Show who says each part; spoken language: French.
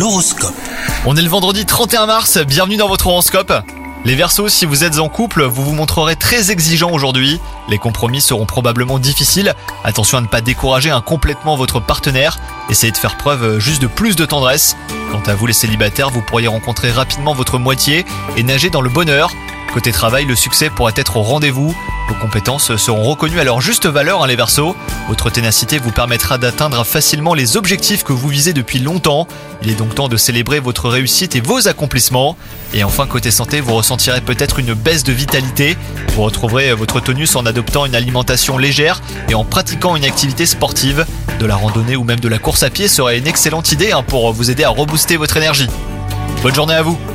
Speaker 1: L'horoscope.
Speaker 2: On est le vendredi 31 mars, bienvenue dans votre horoscope. Les Verseaux, si vous êtes en couple, vous vous montrerez très exigeant aujourd'hui. Les compromis seront probablement difficiles. Attention à ne pas décourager complètement votre partenaire. Essayez de faire preuve juste de plus de tendresse. Quant à vous les célibataires, vous pourriez rencontrer rapidement votre moitié et nager dans le bonheur. Côté travail, le succès pourrait être au rendez-vous. Vos compétences seront reconnues à leur juste valeur, les Verseaux. Votre ténacité vous permettra d'atteindre facilement les objectifs que vous visez depuis longtemps. Il est donc temps de célébrer votre réussite et vos accomplissements. Et enfin, côté santé, vous ressentirez peut-être une baisse de vitalité. Vous retrouverez votre tonus en adoptant une alimentation légère et en pratiquant une activité sportive. De la randonnée ou même de la course à pied serait une excellente idée pour vous aider à rebooster votre énergie. Bonne journée à vous!